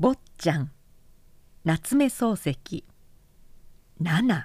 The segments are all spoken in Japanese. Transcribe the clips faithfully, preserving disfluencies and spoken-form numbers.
坊ちゃん、夏目漱石。なな。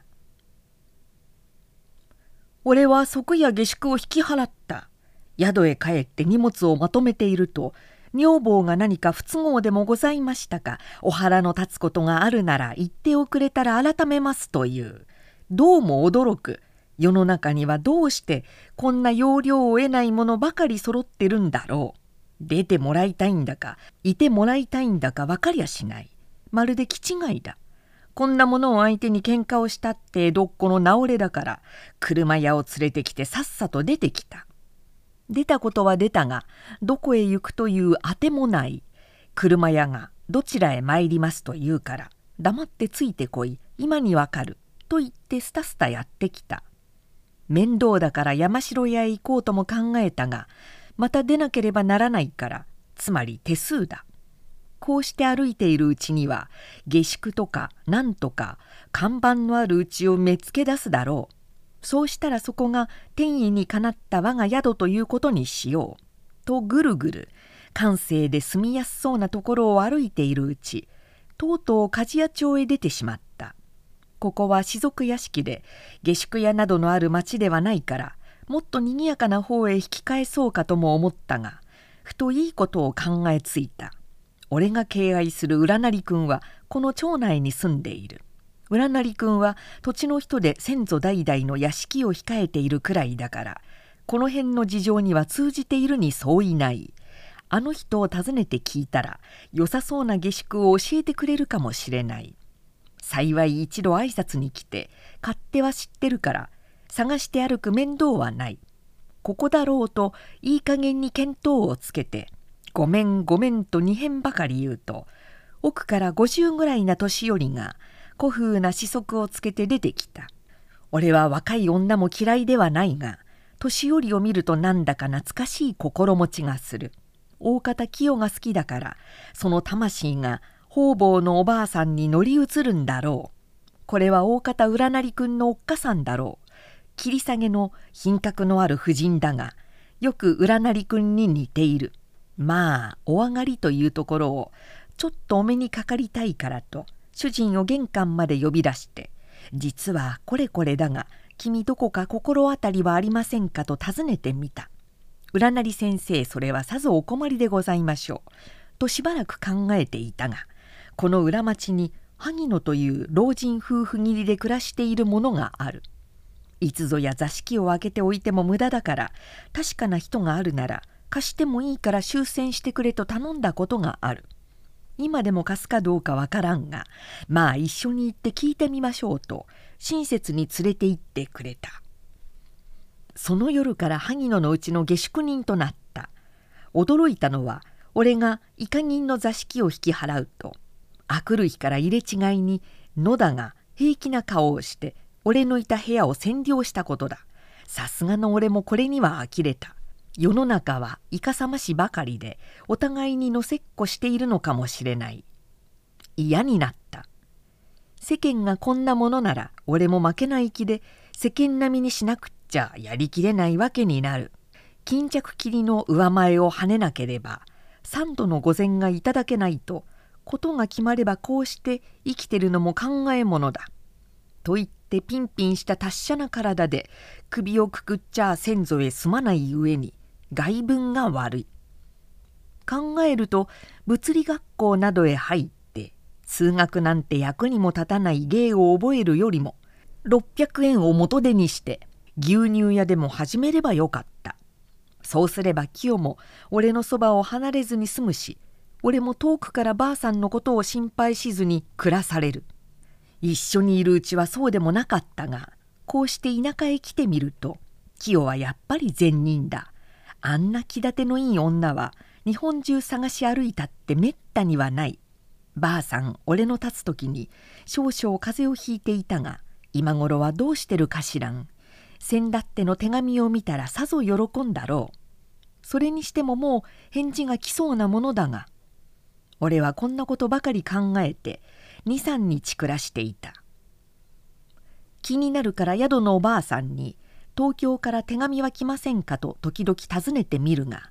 俺は昨夜下宿を引き払った。宿へ帰って荷物をまとめていると、女房が何か不都合でもございましたか、お腹の立つことがあるなら言っておくれたら改めますという。どうも驚く。世の中にはどうしてこんな要領を得ないものばかり揃ってるんだろう。出てもらいたいんだかいてもらいたいんだか分かりゃしない。まるで気違いだ。こんなものを相手に喧嘩をしたって江戸っ子の直れだから、車屋を連れてきてさっさと出てきた。出たことは出たが、どこへ行くというあてもない。車屋がどちらへ参りますと言うから、黙ってついてこい、今にわかると言ってスタスタやってきた。面倒だから山城屋へ行こうとも考えたが、また出なければならないから、つまり手数だ。こうして歩いているうちには、下宿とかなんとか看板のあるうちを目つけ出すだろう。そうしたらそこが天意にかなった我が宿ということにしよう。とぐるぐる閑静で住みやすそうなところを歩いているうち、とうとう鍛冶屋町へ出てしまった。ここは士族屋敷で下宿屋などのある町ではないから、もっとにぎやかな方へ引き返そうかとも思ったが、ふといいことを考えついた。俺が敬愛する浦成君はこの町内に住んでいる。浦成君は土地の人で先祖代々の屋敷を控えているくらいだから、この辺の事情には通じているに相違ない。あの人を訪ねて聞いたら良さそうな下宿を教えてくれるかもしれない。幸い一度挨拶に来て勝手は知ってるから探して歩く面倒はない。ここだろうといい加減に見当をつけて、ごめんごめんと二遍ばかり言うと、奥からごじゅうぐらいな年寄りが古風な子息をつけて出てきた。俺は若い女も嫌いではないが、年寄りを見るとなんだか懐かしい心持ちがする。大方清が好きだから、その魂が方々のおばあさんに乗り移るんだろう。これは大方浦成君のおっかさんだろう。切り下げの品格のある婦人だが、よく浦成君に似ている。まあお上がりというところをちょっとお目にかかりたいからと、主人を玄関まで呼び出して、実はこれこれだが君どこか心当たりはありませんかと尋ねてみた。浦成先生、それはさぞお困りでございましょうとしばらく考えていたが、この裏町に萩野という老人夫婦切りで暮らしているものがある。いつぞや座敷を開けておいても無駄だから、確かな人があるなら貸してもいいから終戦してくれと頼んだことがある。今でも貸すかどうかわからんが、まあ一緒に行って聞いてみましょうと親切に連れて行ってくれた。その夜から萩野のうちの下宿人となった。驚いたのは、俺がイカ銀の座敷を引き払うと、あくる日から入れ違いに野田が平気な顔をして俺のいた部屋を占領したことだ。さすがの俺もこれには呆れた。世の中はいかさましばかりで、お互いにのせっこしているのかもしれない。嫌になった。世間がこんなものなら俺も負けない気で世間並みにしなくっちゃやりきれないわけになる。巾着切りの上前を跳ねなければ三度の御前がいただけないと、ことが決まればこうして生きてるのも考えものだ。と言ってピンピンした達者な体で首をくくっちゃ先祖へすまない上に外聞が悪い。考えると物理学校などへ入って数学なんて役にも立たない芸を覚えるよりもろっぴゃくえんを元手にして牛乳屋でも始めればよかった。そうすれば清も俺のそばを離れずに済むし、俺も遠くからばあさんのことを心配しずに暮らされる。一緒にいるうちはそうでもなかったが、こうして田舎へ来てみると清はやっぱり善人だ。あんな気立てのいい女は日本中探し歩いたってめったにはない。ばあさん俺の立つ時に少々風邪をひいていたが、今頃はどうしてるかしらん。先だっての手紙を見たらさぞ喜んだろう。それにしてももう返事が来そうなものだが、俺はこんなことばかり考えて二三日暮らしていた。気になるから宿のおばあさんに東京から手紙は来ませんかと時々尋ねてみるが、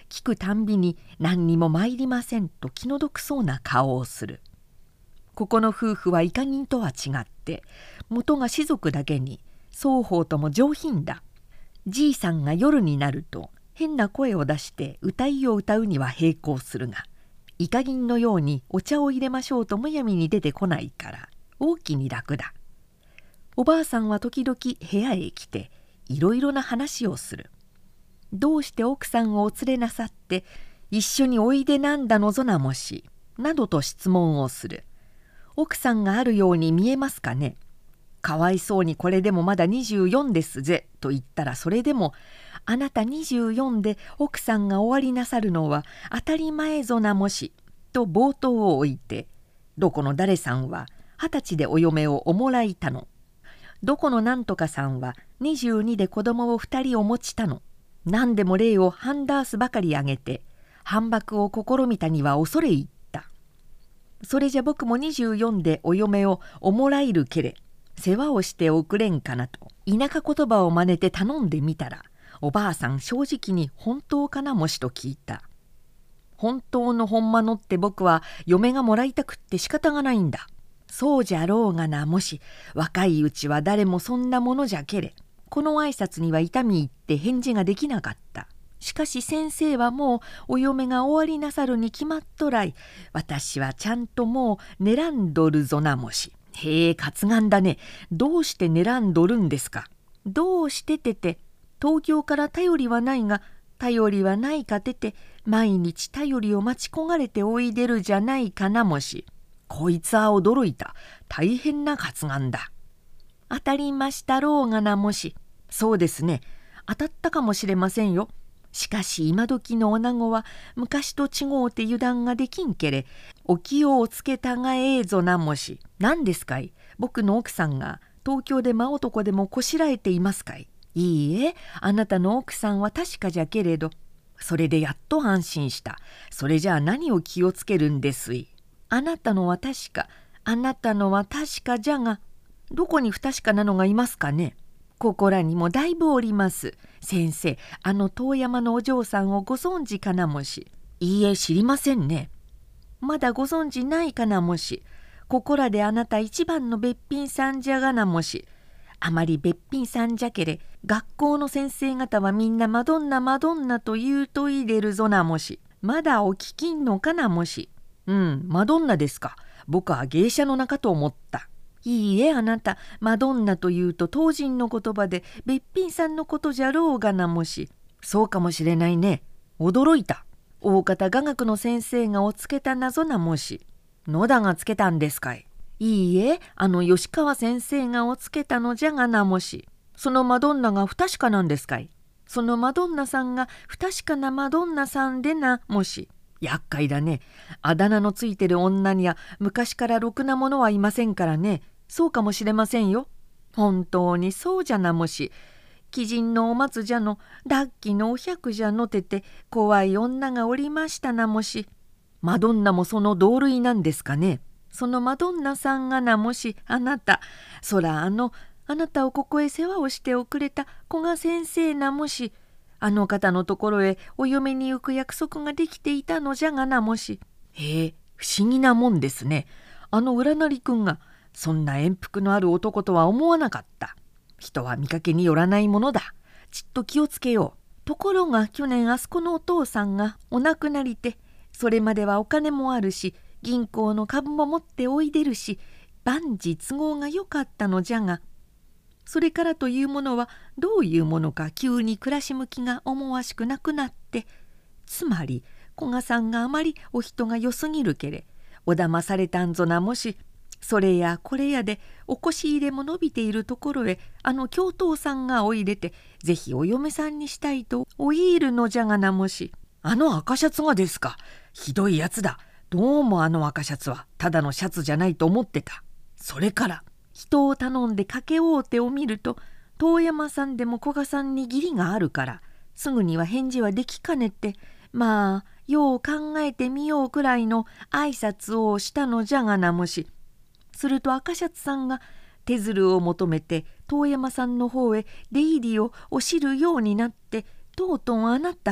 聞くたんびに何にも参りませんと気の毒そうな顔をする。ここの夫婦はイカ人とは違って元が士族だけに双方とも上品だ。じいさんが夜になると変な声を出して歌いを歌うには並行するが、イカ人のようにお茶を入れましょうとむやみに出てこないから大きに楽だ。おばあさんは時々部屋へ来ていろいろな話をする。どうして奥さんをお連れなさって一緒においでなんだのぞなもしなどと質問をする。奥さんがあるように見えますかね。かわいそうにこれでもまだにじゅうよんですぜと言ったら、それでもあなたにじゅうよんで奥さんがおありなさるのは当たり前ぞなもしと冒頭を置いて、どこの誰さんは二十歳でお嫁をおもらいたの、どこのなんとかさんはにじゅうにで子供を二人お持ちたの、何でも例をハンダースばかり挙げて反駁を試みたには恐れ入った。それじゃ僕もにじゅうよんでお嫁をおもらえるけれ世話をしておくれんかなと田舎言葉を真似て頼んでみたら、おばあさん正直に本当かなもしと聞いた。本当のほんまのって僕は嫁がもらいたくって仕方がないんだ。そうじゃろうがなもし、若いうちは誰もそんなものじゃけれ。この挨拶には痛み入って返事ができなかった。しかし先生はもうお嫁が終わりなさるに決まっとらい。私はちゃんともう狙んどるぞなもし。へえ、活眼だね。どうして狙んどるんですか。どうしててて、東京から頼りはないが、頼りはないかてて、毎日頼りを待ち焦がれておいでるじゃないかなもし。こいつは驚いた。大変な活眼だ。当たりましたろうがなもし。そうですね。当たったかもしれませんよ。しかし今時の女子は昔と違うて油断ができんけれ、お気をおつけたがええぞなもし。何ですかい。僕の奥さんが東京で真男でもこしらえていますかい。いいえ、あなたの奥さんは確かじゃけれど。それでやっと安心した。それじゃあ何を気をつけるんですい。あなたのは確か、あなたのは確かじゃが、どこに不確かなのがいますかね。ここらにもだいぶおります。先生、あの遠山のお嬢さんをご存知かなもし。いいえ、知りませんね。まだご存知ないかなもし。ここらであなた一番のべっぴんさんじゃがなもし。あまりべっぴんさんじゃけれ、学校の先生方はみんなマドンナマドンナと言うといれるぞなもし。まだお聞きんのかなもし。うん、マドンナですか。僕は芸者の中と思った。いいえ、あなた、マドンナというと当人の言葉でべっぴんさんのことじゃろうがなもし。そうかもしれないね。驚いた。大方雅楽の先生がおつけた謎なもし。野田がつけたんですかい。いいえ、あの吉川先生がおつけたのじゃがなもし。そのマドンナが不確かなんですかい。そのマドンナさんが不確かなマドンナさんでなもし。厄介だね。あだ名のついてる女には昔からろくなものはいませんからね。そうかもしれませんよ。本当にそうじゃなもし。貴人のお松じゃの、ラッキのお百じゃのてて、怖い女がおりましたなもし。マドンナもその同類なんですかね。そのマドンナさんがなもし、あなた、そらあの、あなたをここへ世話をしておくれた古賀先生なもし、あの方のところへお嫁に行く約束ができていたのじゃがなもし。へえ、不思議なもんですね。あの占りくんが、そんな縁福のある男とは思わなかった。人は見かけによらないものだ。ちっと気をつけよう。ところが去年あそこのお父さんがお亡くなりて、それまではお金もあるし、銀行の株も持っておいでるし、万事都合が良かったのじゃが、それからというものはどういうものか急に暮らし向きが思わしくなくなって、つまり古賀さんがあまりお人が良すぎるけれ、おだまされたんぞなもし。それやこれやでおこし入れも伸びているところへあの教頭さんがおいでて、ぜひお嫁さんにしたいとお言いるのじゃがなもし。あの赤シャツがですか。ひどいやつだ。どうもあの赤シャツはただのシャツじゃないと思ってた。それから人を頼んでかけ大手を見ると、遠山さんでも古賀さんに義理があるからすぐには返事はできかねて、まあよう考えてみようくらいの挨拶をしたのじゃがなもし。すると赤シャツさんが手鶴を求めて遠山さんの方へ出入りをおしるようになって、とうとうあなた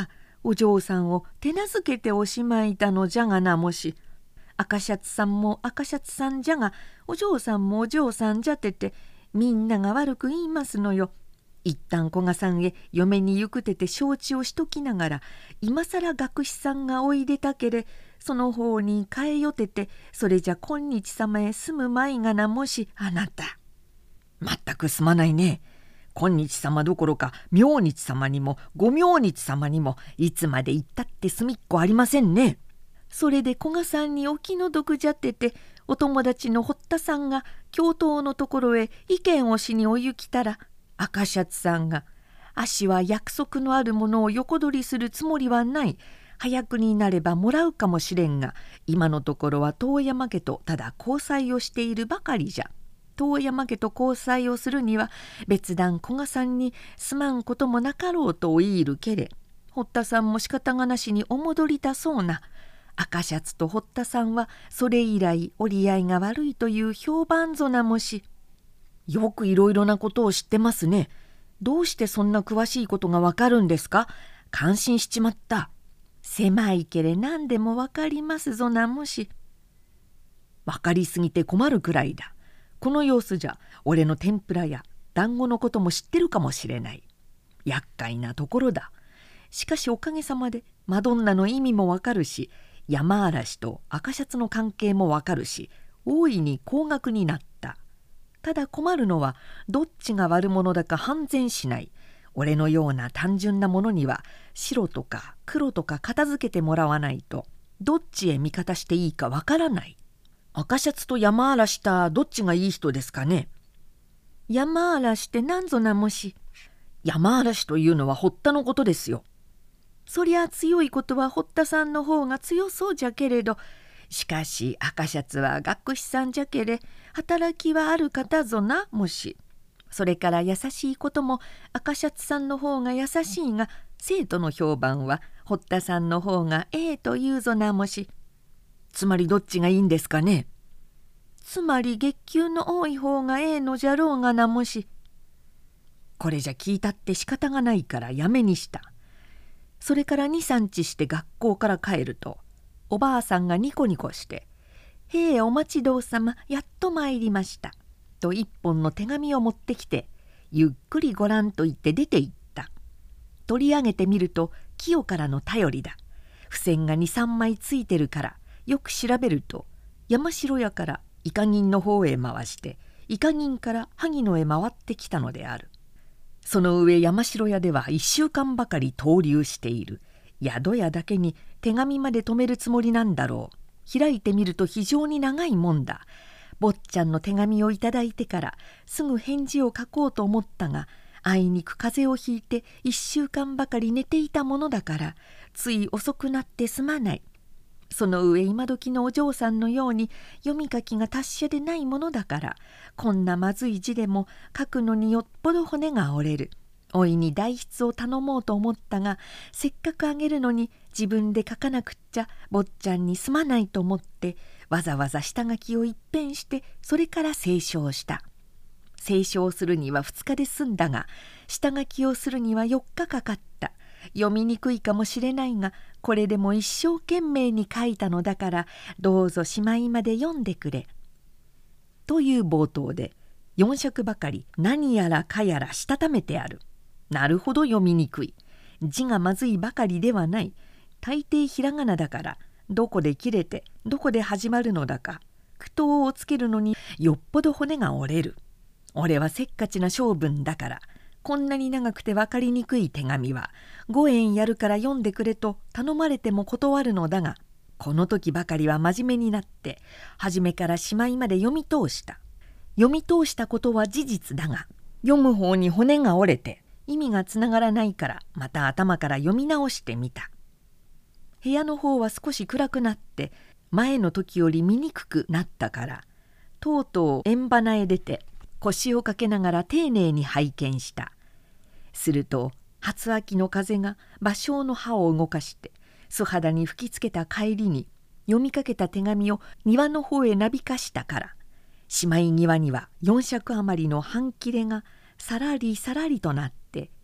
お嬢さんを手なずけておしまいたのじゃがなもし。赤シャツさんも赤シャツさんじゃが、お嬢さんもお嬢さんじゃてて、みんなが悪く言いますのよ。一旦古賀さんへ嫁に行くてて承知をしときながら、今さら学士さんがおいでたけれ、その方に変えよてて、それじゃ今日様へ住むまいがなもし。あなたまったくすまないね。今日様どころか明日様にもご明日様にもいつまで行ったって隅っこありませんね。それで古賀さんにお気の毒じゃってて、お友達の堀田さんが教頭のところへ意見をしにお行きたら、赤シャツさんが「あしは約束のあるものを横取りするつもりはない。早くになればもらうかもしれんが、今のところは遠山家とただ交際をしているばかりじゃ。遠山家と交際をするには別段古賀さんにすまんこともなかろうとお言いるけれ、堀田さんも仕方がなしにお戻りだそうな。赤シャツと堀田さんはそれ以来折り合いが悪いという評判ぞなもし。よくいろいろなことを知ってますね。どうしてそんな詳しいことがわかるんですか。感心しちまった。狭いけれ何でもわかりますぞなもし。わかりすぎて困るくらいだ。この様子じゃ俺の天ぷらや団子のことも知ってるかもしれない。厄介なところだ。しかしおかげさまでマドンナの意味もわかるし、山嵐と赤シャツの関係もわかるし、大いに高額になった。ただ困るのはどっちが悪者だか判然しない。俺のような単純なものには白とか黒とか片付けてもらわないとどっちへ味方していいかわからない。赤シャツと山嵐たどっちがいい人ですかね。山嵐って何ぞなもし。山嵐というのは堀田のことですよ。そりゃ強いことは堀田さんの方が強そうじゃけれど、しかし赤シャツは学士さんじゃけれ働きはある方ぞなもし。それから優しいことも赤シャツさんの方が優しいが、生徒の評判は堀田さんの方がええというぞなもし。つまりどっちがいいんですかね。つまり月給の多い方がええのじゃろうがなもし。これじゃ聞いたって仕方がないからやめにした。それから二三日して学校から帰ると、おばあさんがニコニコして「へえお待ちどうさま、やっと参りました」と一本の手紙を持ってきて、ゆっくりご覧と言って出て行った。取り上げてみると清からの便りだ。付箋が二三枚ついてるからよく調べると、山城屋からイカ銀の方へ回して、イカ銀から萩野へ回ってきたのである。その上山城屋では一週間ばかり逗留している。宿屋だけに手紙まで止めるつもりなんだろう。開いてみると非常に長いもんだ。坊ちゃんの手紙をいただいてからすぐ返事を書こうと思ったが、あいにく風邪をひいて一週間ばかり寝ていたものだからつい遅くなってすまない。その上今時のお嬢さんのように読み書きが達者でないものだから、こんなまずい字でも書くのによっぽど骨が折れる。おいに代筆を頼もうと思ったが、せっかくあげるのに自分で書かなくっちゃ坊ちゃんにすまないと思って、わざわざ下書きを一遍してそれから清書した。清書するにはふつかで済んだが、下書きをするにはよっかかかった。読みにくいかもしれないが、これでも一生懸命に書いたのだからどうぞしまいまで読んでくれ。という冒頭でよん色ばかり何やらかやらしたためてある。なるほど読みにくい。字がまずいばかりではない。大抵ひらがなだからどこで切れてどこで始まるのだか、句読をつけるのによっぽど骨が折れる。俺はせっかちな性分だから、こんなに長くて分かりにくい手紙はごえんやるから読んでくれと頼まれても断るのだが、この時ばかりは真面目になって初めからしまいまで読み通した。読み通したことは事実だが、読む方に骨が折れて意味がつながらないからまた頭から読み直してみた。部屋の方は少し暗くなって前の時より見にくくなったから、とうとう縁花へ出て腰をかけながら丁寧に拝見した。すると初秋の風が芭蕉の葉を動かして素肌に吹きつけた帰りに、読みかけた手紙を庭の方へなびかしたから、しまい際には四尺余りの半切れがさらりさらりとなって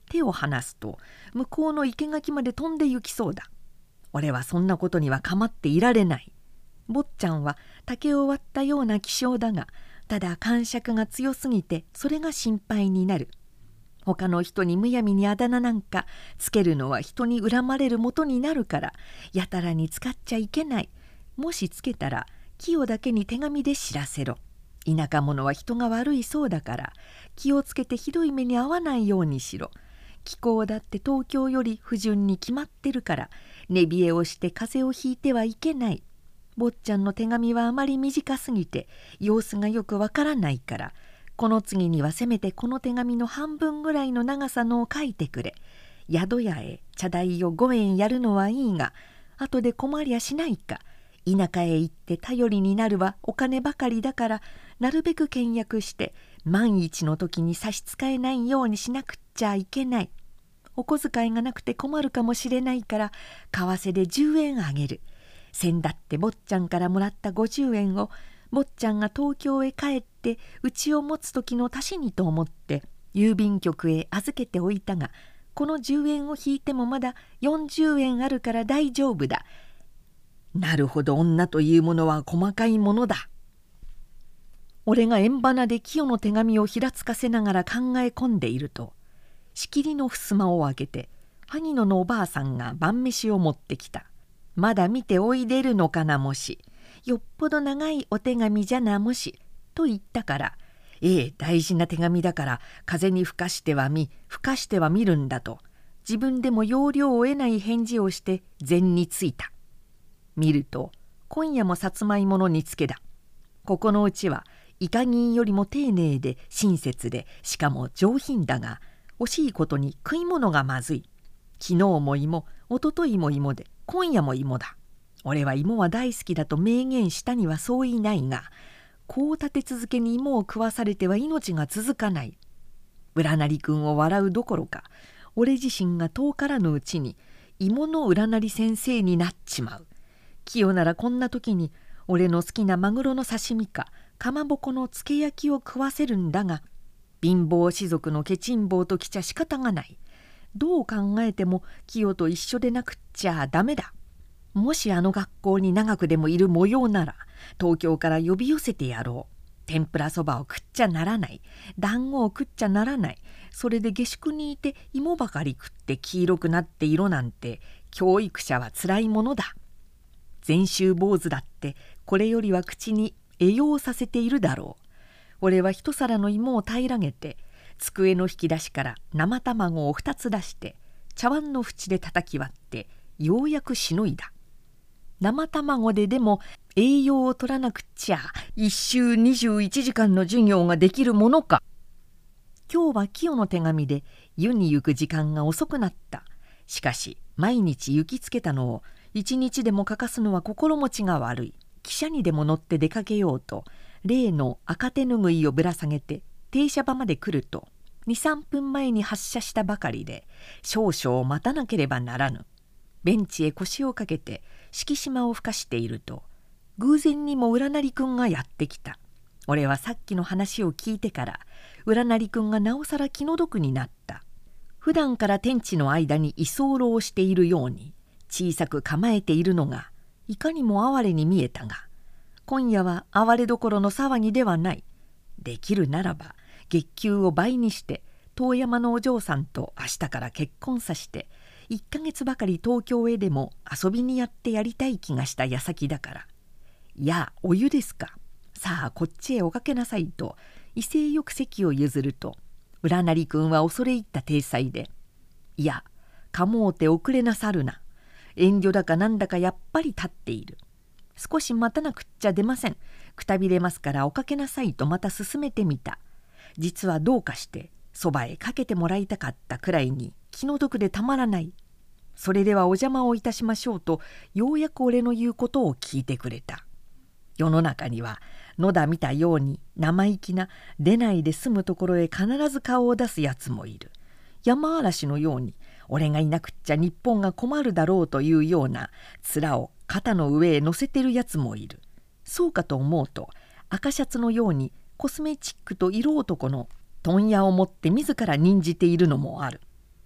手を離すと向こうの生垣まで飛んで行きそうだ。俺はそんなことには構っていられない。坊ちゃんは竹を割ったような気性だが、ただ癇癪が強すぎてそれが心配になる。他の人にむやみにあだ名なんかつけるのは人に恨まれるもとになるから、やたらに使っちゃいけない。もしつけたら清だけに手紙で知らせろ。田舎者は人が悪いそうだから、気をつけてひどい目に遭わないようにしろ。気候だって東京より不順に決まってるから、寝冷えをして風邪をひいてはいけない。坊ちゃんの手紙はあまり短すぎて様子がよくわからないから、この次にはせめてこの手紙の半分ぐらいの長さのを書いてくれ。宿屋へ茶代をごえんやるのはいいが、後で困りゃしないか。田舎へ行って頼りになるはお金ばかりだから、なるべく倹約して万一の時に差し支えないようにしなくっちゃいけない。お小遣いがなくて困るかもしれないから、為替でじゅうえんあげる。せんだって坊ちゃんからもらったごじゅうえんを坊ちゃんが東京へ帰ってうちを持つ時の足しにと思って郵便局へ預けておいたが、このじゅうえんを引いてもまだよんじゅうえんあるから大丈夫だ。なるほど、女というものは細かいものだ。俺が円鼻で清の手紙をひらつかせながら考え込んでいると、仕切りの襖を開けて萩野のおばあさんが晩飯を持ってきた。まだ見ておいでるのかなもし。よっぽど長いお手紙じゃなもし。と言ったから、ええ、大事な手紙だから風に吹かしては見、吹かしては見るんだと、自分でも要領を得ない返事をして膳についた。見ると、今夜もさつまいもの煮つけだ。ここのうちは、イカ銀よりも丁寧で親切で、しかも上品だが、惜しいことに食い物がまずい。昨日も芋、おとといも芋で、今夜も芋だ。俺は芋は大好きだと明言したにはそういないが、こう立て続けに芋を食わされては命が続かない。占りくんを笑うどころか、俺自身が遠からぬうちに芋の占り先生になっちまう。清ならこんな時に俺の好きなマグロの刺身かかまぼこのつけ焼きを食わせるんだが、貧乏士族のケチン坊ときちゃ仕方がない。どう考えても清と一緒でなくっちゃダメだ。もしあの学校に長くでもいる模様なら、東京から呼び寄せてやろう。天ぷらそばを食っちゃならない。団子を食っちゃならない。それで下宿にいて芋ばかり食って黄色くなって色なんて、教育者はつらいものだ。禅宗坊主だってこれよりは口に栄養させているだろう。俺は一皿の芋を平らげて、机の引き出しから生卵を二つ出して茶碗の縁で叩き割ってようやくしのいだ。生卵ででも栄養を取らなくっちゃ一週にじゅういちじかんの授業ができるものか。今日は清の手紙で湯に行く時間が遅くなった。しかし毎日行きつけたのを一日でも欠かすのは心持ちが悪い。汽車にでも乗って出かけようと例の赤手ぬぐいをぶら下げて停車場まで来ると、にさんぷんまえに発車したばかりで少々待たなければならぬ。ベンチへ腰をかけて敷島をふかしていると、偶然にも占りくんがやってきた。俺はさっきの話を聞いてから占りくんがなおさら気の毒になった。普段から天地の間に居候をしているように小さく構えているのがいかにも哀れに見えたが、今夜は哀れどころの騒ぎではない。できるならば月給を倍にして遠山のお嬢さんと明日から結婚さしていっかげつばかり東京へでも遊びにやってやりたい気がした矢先だから、いやお湯ですか、さあこっちへおかけなさいと威勢よく席を譲ると、占りくんは恐れ入った体裁で、いやかもうて遅れなさるな、遠慮だかなんだかやっぱり立っている。少し待たなくっちゃ出ません。くたびれますからおかけなさいとまた勧めてみた。実はどうかしてそばへかけてもらいたかったくらいに気の毒でたまらない。それではお邪魔をいたしましょうとようやく俺の言うことを聞いてくれた。世の中には野田見たように生意気な出ないで済むところへ必ず顔を出すやつもいる。山嵐のように俺がいなくっちゃ日本が困るだろうというような面を肩の上へ乗せてるやつもいる。そうかと思うと赤シャツのようにコスメチックと色男の問屋を持って自ら任じているのもある。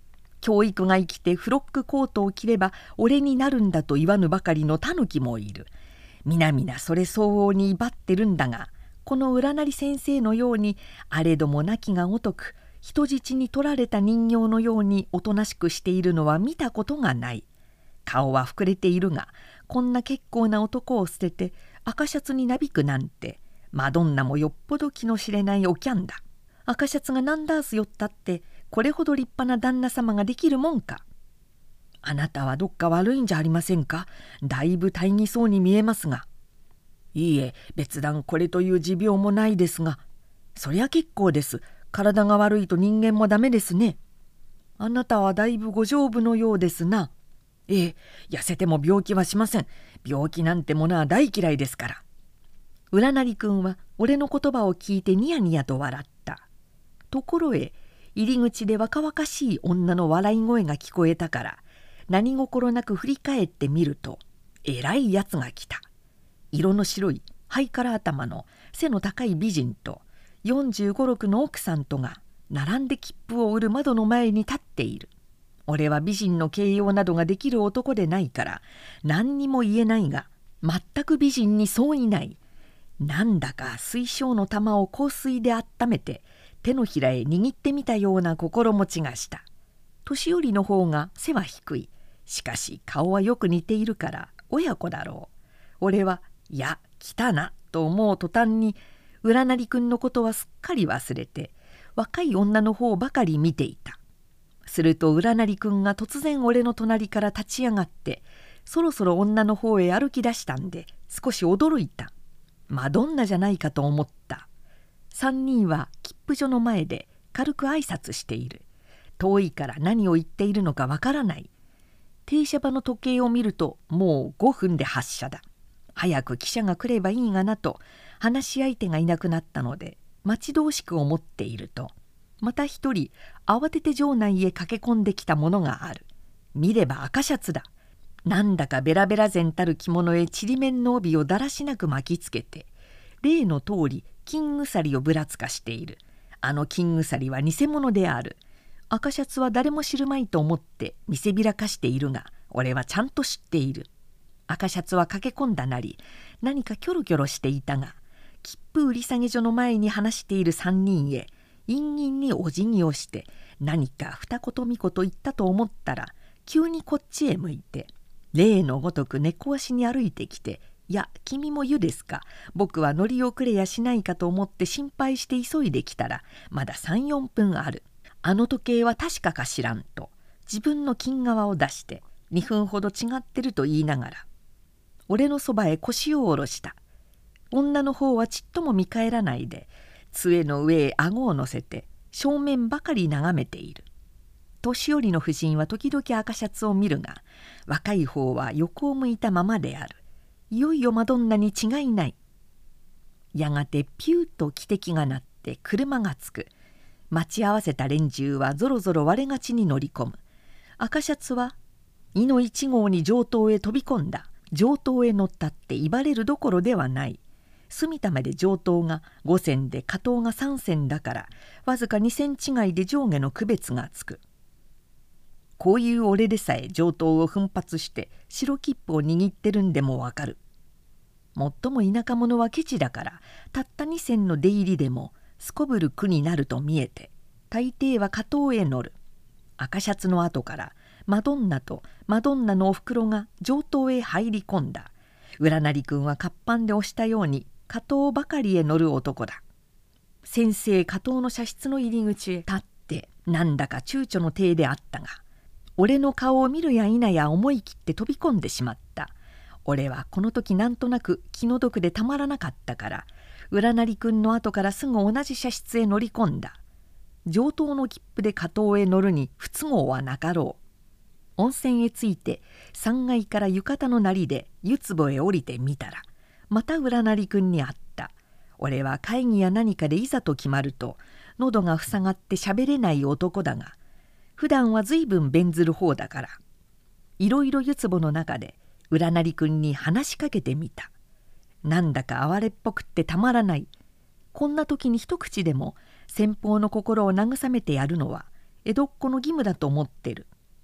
教育が生きてフロックコートを着れば俺になるんだと言わぬばかりのタヌキもいる。皆々それ相応に威張ってるんだが、この占り先生のようにあれども亡きがごとく人質に取られた人形のようにおとなしくしているのは見たことがない。顔は膨れているが、こんな結構な男を捨てて赤シャツになびくなんて、マドンナもよっぽど気の知れないおキャンだ。赤シャツが何ダース寄ったってこれほど立派な旦那様ができるもんか。あなたはどっか悪いんじゃありませんか。だいぶ大儀そうに見えますが。いいえ、別段これという持病もないですが。そりゃ結構です。体が悪いと人間もダメですね。あなたはだいぶご丈夫のようですな。ええ、痩せても病気はしません。病気なんてものは大嫌いですから。占りくんは俺の言葉を聞いてニヤニヤと笑った。ところへ入り口で若々しい女の笑い声が聞こえたから、何心なく振り返ってみると、えらいやつが来た。色の白いハイカラ頭の背の高い美人とよんじゅうご、ろくの奥さんとが並んで切符を売る窓の前に立っている。俺は美人の形容などができる男でないから何にも言えないが、全く美人に相違ない。なんだか水晶の玉を香水で温めて手のひらへ握ってみたような心持ちがした。年寄りの方が背は低い。しかし顔はよく似ているから親子だろう。俺は、いや、来たなと思う途端に、占りくんのことはすっかり忘れて、若い女の方ばかり見ていた。すると占りくんが突然俺の隣から立ち上がって、そろそろ女の方へ歩き出したんで、少し驚いた。マドンナじゃないかと思った。三人は切符所の前で軽く挨拶している。遠いから何を言っているのかわからない。停車場の時計を見るともうごふんで発車だ。早く汽車が来ればいいがなと話し相手がいなくなったので待ち遠しく思っていると、また一人慌てて場内へ駆け込んできたものがある。見れば赤シャツだ。なんだかベラベラ前たる着物へちりめんの帯をだらしなく巻きつけて、例の通り金鎖をぶらつかしている。あの金鎖は偽物である。赤シャツは誰も知るまいと思って見せびらかしているが、俺はちゃんと知っている。赤シャツは駆け込んだなり、何かキョロキョロしていたが、切符売り下げ所の前に話している三人へ陰陰にお辞儀をして何か二言三言言ったと思ったら、急にこっちへ向いて例のごとく猫足に歩いてきて、いや君も湯ですか。僕は乗り遅れやしないかと思って心配して急いできたら、まださん、よんぷんある。あの時計は確かか知らんと自分の金側を出してにふんほど違ってると言いながら、俺のそばへ腰を下ろした。女の方はちっとも見返らないで、杖の上へ顎を乗せて正面ばかり眺めている。年寄りの婦人は時々赤シャツを見るが、若い方は横を向いたままである。いよいよマドンナに違いない。やがてピューと汽笛が鳴って車がつく。待ち合わせた連中はぞろぞろ割れがちに乗り込む。赤シャツは伊の一号に上等へ飛び込んだ。上等へ乗ったって威張れるどころではない。住田まで上等がご銭で下等がさん銭だから、わずかに銭違いで上下の区別がつく。こういう俺でさえ上等を奮発して白切符を握ってるんでもわかる。もっとも田舎者はケチだから、たったに銭の出入りでもすこぶる苦になると見えて、大抵は下等へ乗る。赤シャツの後からマドンナとマドンナのおふくろが上等へ入り込んだ。占りくんは活版で押したように下等ばかりへ乗る男だ。先生下等の車室の入り口へ立ってなんだか躊躇の体であったが、俺の顔を見るや否や思い切って飛び込んでしまった。俺はこの時なんとなく気の毒でたまらなかったから、占りくんの後からすぐ同じ車室へ乗り込んだ。上等の切符で下等へ乗るに不都合はなかろう。温泉へ着いてさんがいから浴衣のなりで湯壺へ降りてみたら、また占りくんに会った。俺は会議や何かでいざと決まると喉が塞がってしゃべれない男だが、普段はずいぶん弁ずる方だから、いろいろ湯壺の中で占りくんに話しかけてみた。なんだか哀れっぽくってたまらない。こんな時に一口でも先方の心を慰めてやるのは江戸っ子の義務だと思ってる。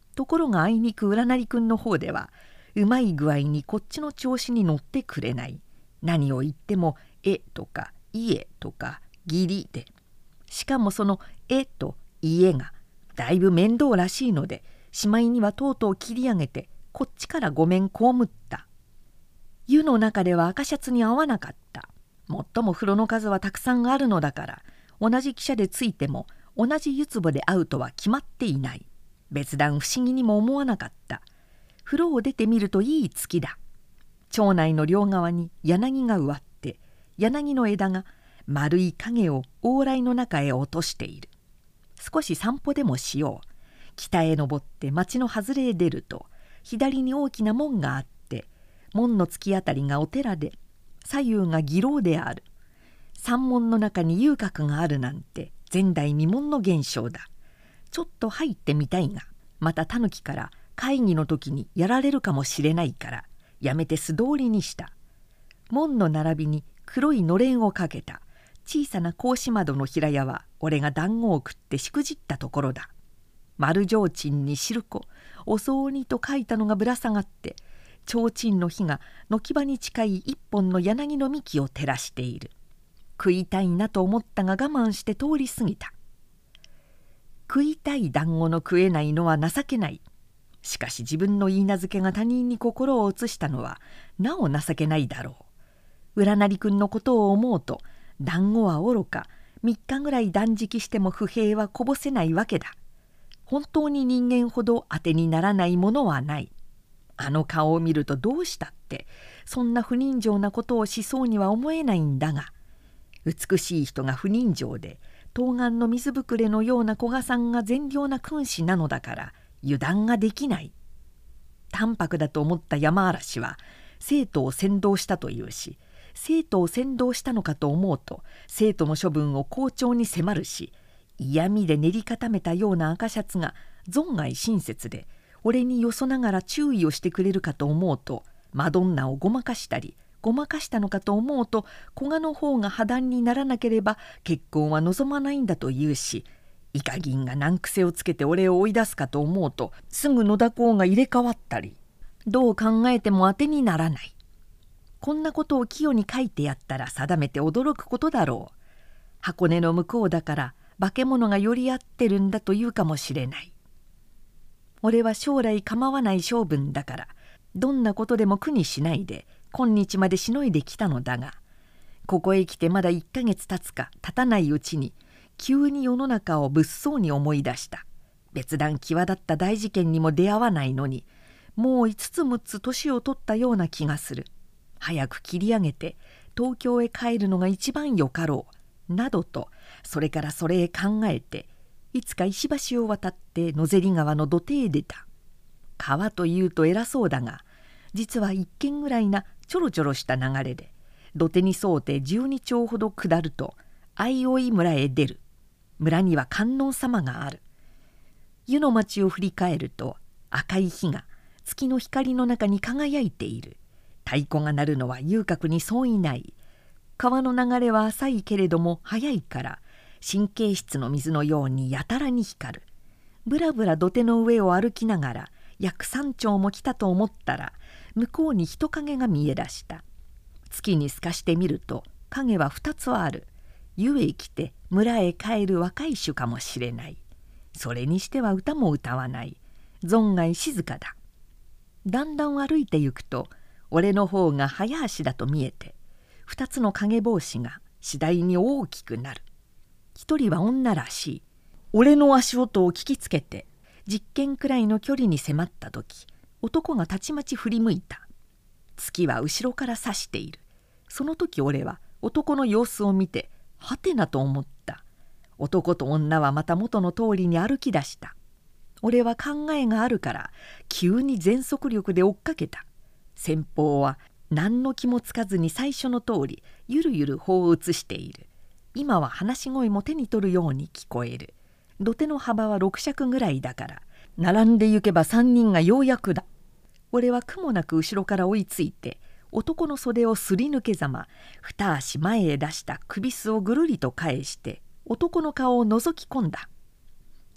ところがあいにく占いくんの方ではうまい具合にこっちの調子に乗ってくれない。何を言っても「え」とか「いえ」とか「義理」で、しかもその「え」と「いえ」がだいぶ面倒らしいので、しまいにはとうとう切り上げてこっちからごめん被った。湯の中では赤シャツに合わなかった。もっとも風呂の数はたくさんあるのだから、同じ汽車でついても同じ湯壺で会うとは決まっていない。別段不思議にも思わなかった。風呂を出てみるといい月だ。町内の両側に柳が植わって、柳の枝が丸い影を往来の中へ落としている。少し散歩でもしよう。北へ登って町の外れへ出ると、左に大きな門があって、門の突き当たりがお寺で、左右が義楼である。山門の中に遊郭があるなんて前代未聞の現象だ。ちょっと入ってみたいが、またタヌキから会議の時にやられるかもしれないから、やめて素通りにした。門の並びに黒いのれんをかけた小さな格子窓の平屋は、俺が団子を食ってしくじったところだ。丸提灯に汁粉、お雑煮と書いたのがぶら下がって、提灯の火が軒場に近い一本の柳の幹を照らしている。食いたいなと思ったが我慢して通り過ぎた。食いたい団子の食えないのは情けない。しかし自分の言い名付けが他人に心を移したのはなお情けないだろう。占りくんのことを思うと、団子はおろかみっかぐらい断食しても不平はこぼせないわけだ。本当に人間ほど当てにならないものはない。あの顔を見るとどうしたってそんな不人情なことをしそうには思えないんだが、美しい人が不人情で冬瓜の水ぶくれのような古賀さんが善良な君子なのだから油断ができない。淡白だと思った山嵐は生徒を扇動したというし、生徒を扇動したのかと思うと生徒の処分を校長に迫るし、嫌味で練り固めたような赤シャツが存外親切で俺によそながら注意をしてくれるかと思うと、マドンナをごまかしたりごまかしたのかと思うと、古賀の方が破談にならなければ結婚は望まないんだと言うし、イカ銀が難癖をつけて俺を追い出すかと思うとすぐ野田公が入れ替わったり、どう考えても当てにならない。こんなことを清に書いてやったら定めて驚くことだろう。箱根の向こうだから化け物が寄り合ってるんだと言うかもしれない。俺は将来構わない性分だから、どんなことでも苦にしないで今日までしのいできたのだが、ここへ来てまだいっかげつ経つか経たないうちに急に世の中を物騒に思い出した。別段際立った大事件にも出会わないのに、もういつつむっつ年を取ったような気がする。早く切り上げて東京へ帰るのが一番よかろうなどと、それからそれへ考えて、いつか石橋を渡って野芹川の土手へ出た。川というと偉そうだが、実は一軒ぐらいなちょろちょろした流れで、土手に沿うて十二丁ほど下ると相生村へ出る。村には観音様がある。湯の町を振り返ると赤い火が月の光の中に輝いている。太鼓が鳴るのは遊郭にそういない。川の流れは浅いけれども速いから、神経質の水のようにやたらに光る。ぶらぶら土手の上を歩きながら約三丁も来たと思ったら、向こうに人影が見え出した。月に透かしてみると影は二つある。湯へ来て村へ帰る若い種かもしれない。それにしては歌も歌わない。存外静かだ。だんだん歩いてゆくと俺の方が早足だと見えて、二つの影帽子が次第に大きくなる。一人は女らしい。俺の足音を聞きつけて実験くらいの距離に迫った時、男がたちまち振り向いた。月は後ろから差している。その時俺は男の様子を見てはてなと思った。男と女はまた元の通りに歩き出した。俺は考えがあるから急に全速力で追っかけた。先方は何の気もつかずに最初の通りゆるゆる歩を移している。今は話し声も手に取るように聞こえる。土手の幅はろく尺ぐらいだから、並んで行けば三人がようやくだ。俺は苦もなく後ろから追いついて、男の袖をすり抜けざま二足前へ出した首すをぐるりと返して男の顔を覗き込んだ。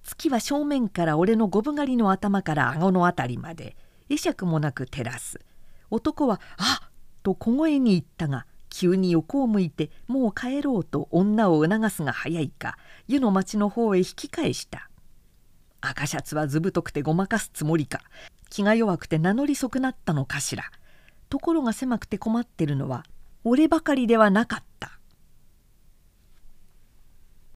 月は正面から俺の五分狩りの頭から顎のあたりまで会釈もなく照らす。男は「あっ!」と小声に言ったが、急に横を向いてもう帰ろうと女を促すが早いか、湯の町の方へ引き返した。赤シャツはずぶとくてごまかすつもりか、気が弱くて名乗り損なったのかしら。ところが狭くて困ってるのは俺ばかりではなかった。